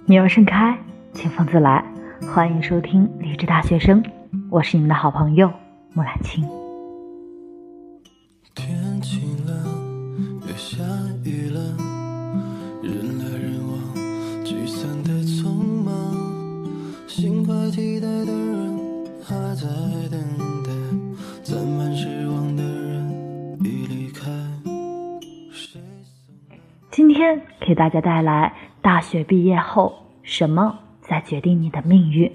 鸟儿盛开，清风自来。欢迎收听励志大学生，我是你们的好朋友木兰青。 天晴了，又下雨了，人来人往，聚散的匆忙，心怀期待的人还在等待，攒满失望的人已离开。 今天给大家带来大学毕业后，什么在决定你的命运？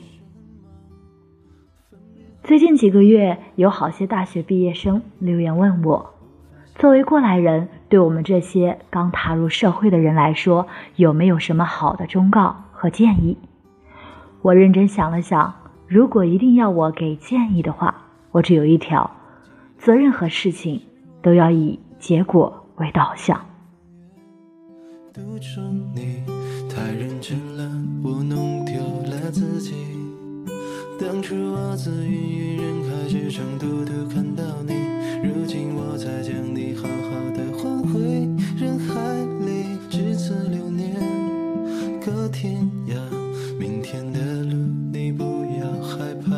最近几个月，有好些大学毕业生留言问我，作为过来人，对我们这些刚踏入社会的人来说，有没有什么好的忠告和建议？我认真想了想，如果一定要我给建议的话，我只有一条：做任何事情都要以结果为导向。 督促你太认真了，我弄丢了自己。当初我自芸芸人海之中独独看到你，如今我才将你好好的还回人海里。只此流年隔天涯，明天的路你不要害怕。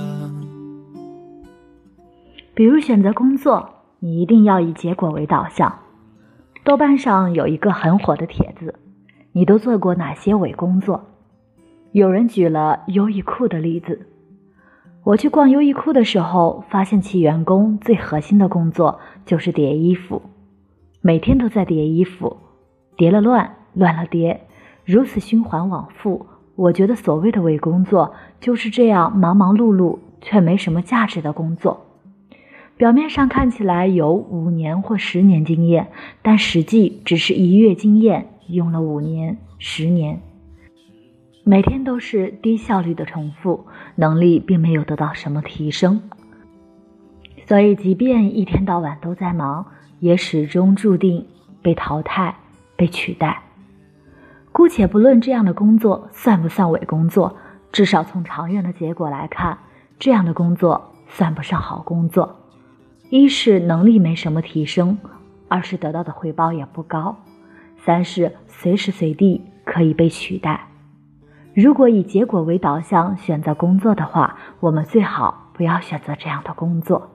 比如选择工作，你一定要以结果为导向。豆瓣上有一个很火的帖子，你都做过哪些伪工作？有人举了优衣库的例子。我去逛优衣库的时候，发现其员工最核心的工作就是叠衣服，每天都在叠衣服，叠了乱，乱了叠，如此循环往复。我觉得所谓的伪工作，就是这样忙忙碌碌却没什么价值的工作。表面上看起来有5年或10年经验，但实际只是1月经验用了5年、10年。每天都是低效率的重复，能力并没有得到什么提升。所以即便一天到晚都在忙，也始终注定被淘汰、被取代。姑且不论这样的工作算不算伪工作，至少从长远的结果来看，这样的工作算不上好工作。一是能力没什么提升，二是得到的回报也不高，三是随时随地可以被取代。如果以结果为导向选择工作的话，我们最好不要选择这样的工作。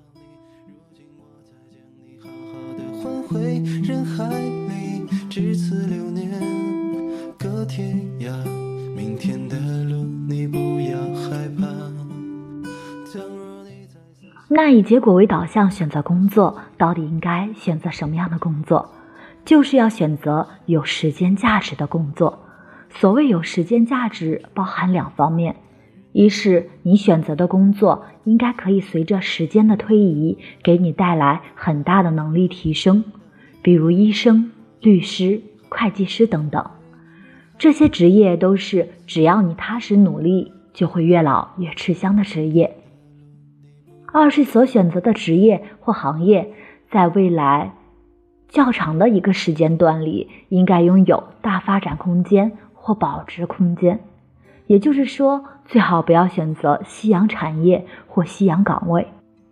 好好的还回人海里，只此流年隔天涯，明天的路你不要害怕。 那以结果为导向选择工作，到底应该选择什么样的工作？就是要选择有时间价值的工作。所谓有时间价值，包含2方面。一是你选择的工作应该可以随着时间的推移，给你带来很大的能力提升，比如医生、律师、会计师等等。这些职业都是只要你踏实努力，就会越老越吃香的职业。二是所选择的职业或行业，在未来较长的一个时间段里，应该拥有大发展空间或保值空间。也就是说，最好不要选择夕阳产业或夕阳岗位。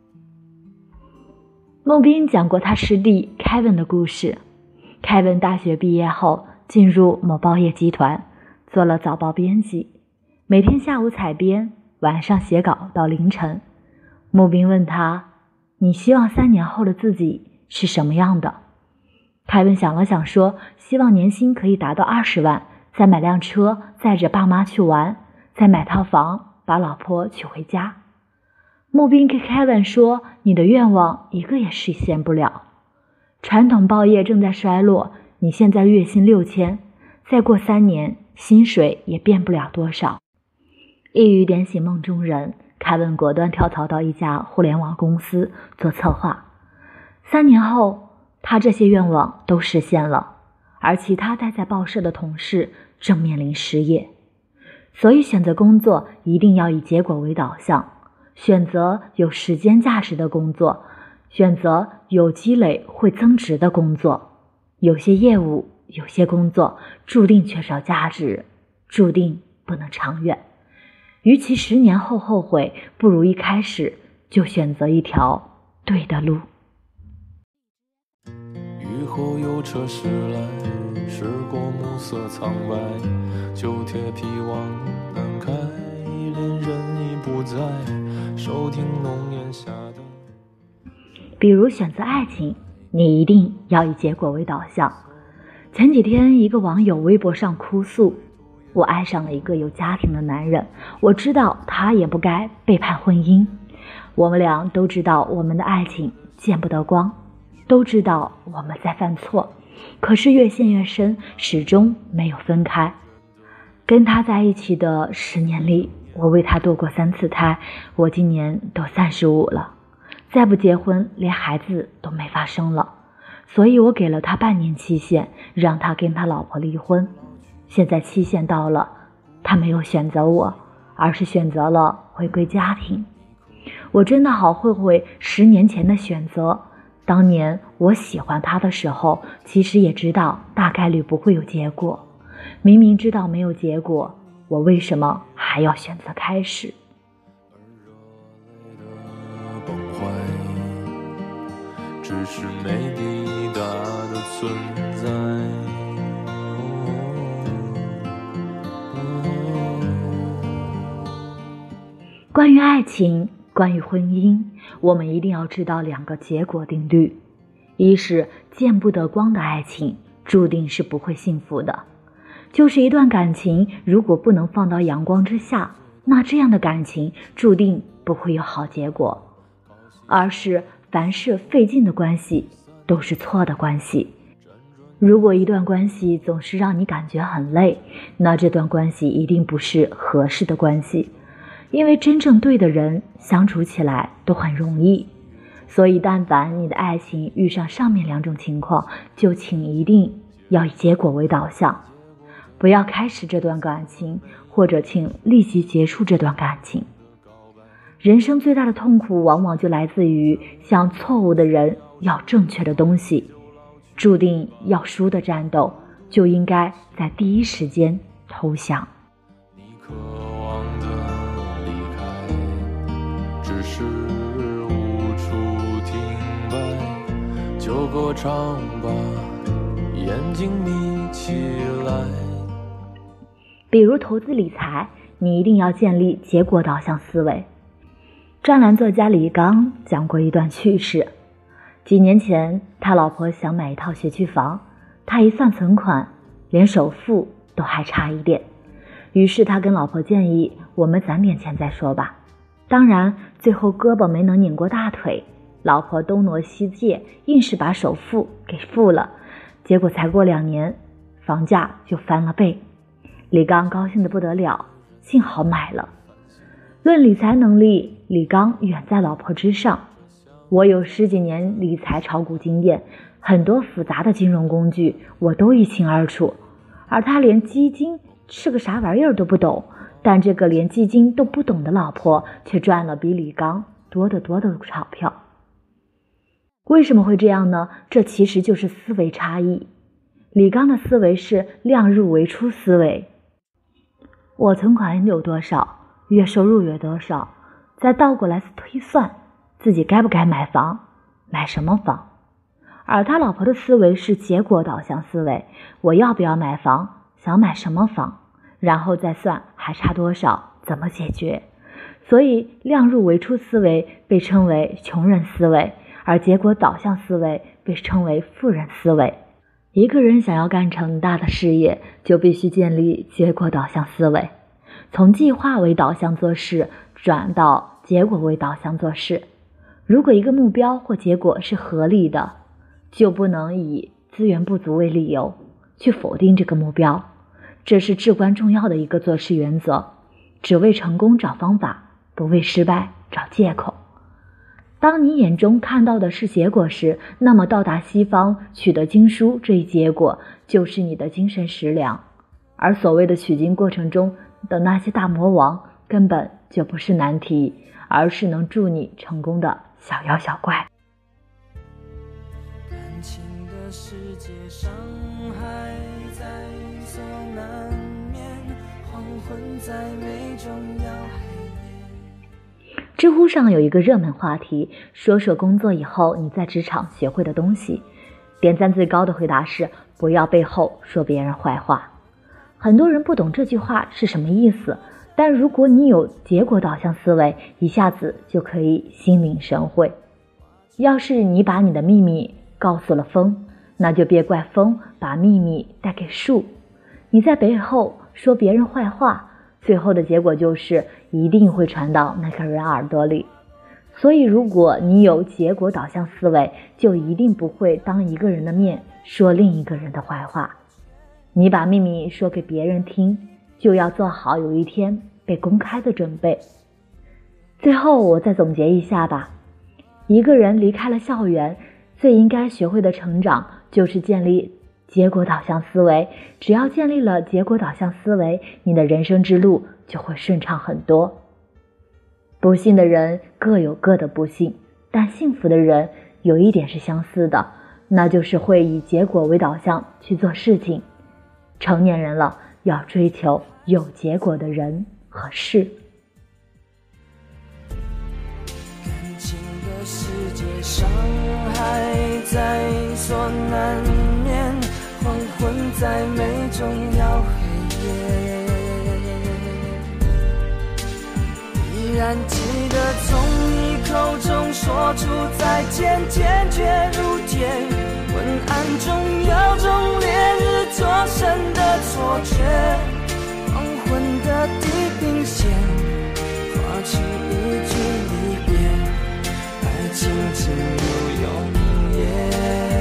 孟斌讲过他师弟 Kevin 的故事。Kevin 大学毕业后进入某报业集团，做了早报编辑，每天下午采编，晚上写稿到凌晨。孟斌问他，你希望3年后的自己是什么样的？凯文想了想说，希望年薪可以达到20万，再买辆车载着爸妈去玩，再买套房把老婆娶回家。孟斌跟凯文说，你的愿望一个也实现不了。传统报业正在衰落，你现在月薪6000，再过3年薪水也变不了多少。一语点醒梦中人，凯文果断跳槽到一家互联网公司做策划。3年后，他这些愿望都实现了，而其他待在报社的同事正面临失业。所以选择工作一定要以结果为导向，选择有时间价值的工作，选择有积累会增值的工作。有些业务，有些工作注定缺少价值，注定不能长远。与其10年后后悔，不如一开始就选择一条对的路。 雨后有车驶来， 时过暮色苍白，旧铁皮往南开，恋人已不在，收听浓烟下的。 比如选择爱情，你一定要以结果为导向。前几天一个网友微博上哭诉，我爱上了一个有家庭的男人，我知道他也不该背叛婚姻，我们俩都知道我们的爱情见不得光，都知道我们在犯错，可是越陷越深，始终没有分开。跟他在一起的10年里，我为他堕过3次胎，我今年都35了，再不结婚连孩子都没法生了，所以我给了他半年期限，让他跟他老婆离婚。现在期限到了，他没有选择我，而是选择了回归家庭。我真的好后悔10年前的选择，当年我喜欢他的时候，其实也知道大概率不会有结果，明明知道没有结果，我为什么还要选择开始？ 只是没抵达的存在。 关于爱情，关于婚姻，我们一定要知道2个结果定律。一是见不得光的爱情，注定是不会幸福的。就是一段感情如果不能放到阳光之下，那这样的感情注定不会有好结果。二是凡是费劲的关系都是错的关系。如果一段关系总是让你感觉很累，那这段关系一定不是合适的关系。因为真正对的人相处起来都很容易，所以但凡你的爱情遇上上面2种情况，就请一定要以结果为导向，不要开始这段感情，或者请立即结束这段感情。人生最大的痛苦往往就来自于向错误的人要正确的东西，注定要输的战斗就应该在第一时间投降。 你渴望的离开，只是无处停摆，就歌唱吧，眼睛眯起来。 比如投资理财，你一定要建立结果导向思维。专栏作家李刚讲过一段趣事，几年前他老婆想买一套学区房，他一算存款，连首付都还差一点，于是他跟老婆建议，我们攒点钱再说吧。当然最后胳膊没能拧过大腿，老婆东挪西借，硬是把首付给付了，结果才过2年，房价就翻了倍。李刚高兴得不得了，幸好买了。论理财能力，李刚远在老婆之上。我有10几年理财炒股经验，很多复杂的金融工具我都一清二楚，而他连基金是个啥玩意儿都不懂，但这个连基金都不懂的老婆却赚了比李刚多得多的钞票。为什么会这样呢？这其实就是思维差异。李刚的思维是量入为出思维，我存款有多少，月收入有多少，再倒过来推算自己该不该买房，买什么房。而他老婆的思维是结果导向思维，我要不要买房，想买什么房，然后再算还差多少，怎么解决。所以量入为出思维被称为穷人思维，而结果导向思维被称为富人思维。一个人想要干成大的事业，就必须建立结果导向思维，从计划为导向做事，转到结果为导向做事。如果一个目标或结果是合理的，就不能以资源不足为理由去否定这个目标，这是至关重要的一个做事原则，只为成功找方法，不为失败找借口。当你眼中看到的是结果时，那么到达西方取得经书这一结果就是你的精神食粮，而所谓的取经过程中的那些大魔王根本就不是难题，而是能助你成功的小妖小怪。 感情的世界，伤害在所难免，黄昏再美终要黑夜。 知乎上有一个热门话题，说说工作以后你在职场学会的东西。 点赞最高的回答是不要背后说别人坏话。很多人不懂这句话是什么意思，但如果你有结果导向思维，一下子就可以心领神会。要是你把你的秘密告诉了风，那就别怪风把秘密带给树。你在背后说别人坏话，最后的结果就是一定会传到那个人耳朵里。所以如果你有结果导向思维，就一定不会当一个人的面说另一个人的坏话。你把秘密说给别人听，就要做好有一天被公开的准备。最后我再总结一下吧，一个人离开了校园，最应该学会的成长就是建立结果导向思维。只要建立了结果导向思维，你的人生之路就会顺畅很多。不幸的人各有各的不幸，但幸福的人有一点是相似的，那就是会以结果为导向去做事情。成年人了，要追求有结果的人和事。 感情的世界，伤害在所难免，黄昏在眉中要黑夜。依然记得从你口中说出再见，坚决如铁，昏暗中有种烈日灼身的错觉，黄昏的地平线划出一句离别，爱情进入永夜。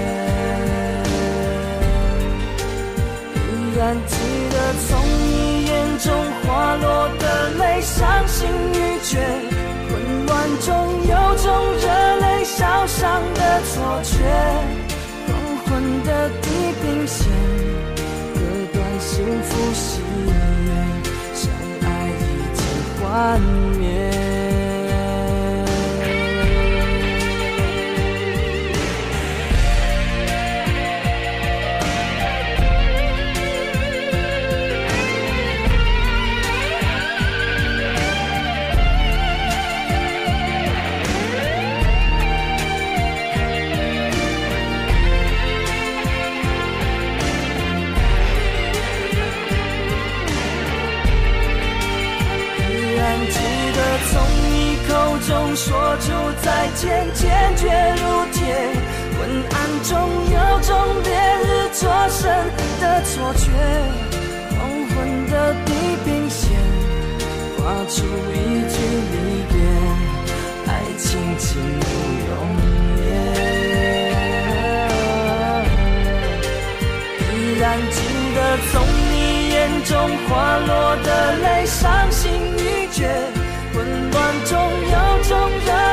依然记得从你眼中滑落的泪，伤心欲绝，混乱中有种热泪烧伤的错觉，黄昏的地平线割断幸福喜悦，相爱已经幻灭。中说出再见，坚决如铁，昏暗中有种烈日灼身的错觉，黄昏的地平线划出一句离别，爱情进入永夜。依然记得从你眼中滑落的泪，伤心欲绝，混乱中有种热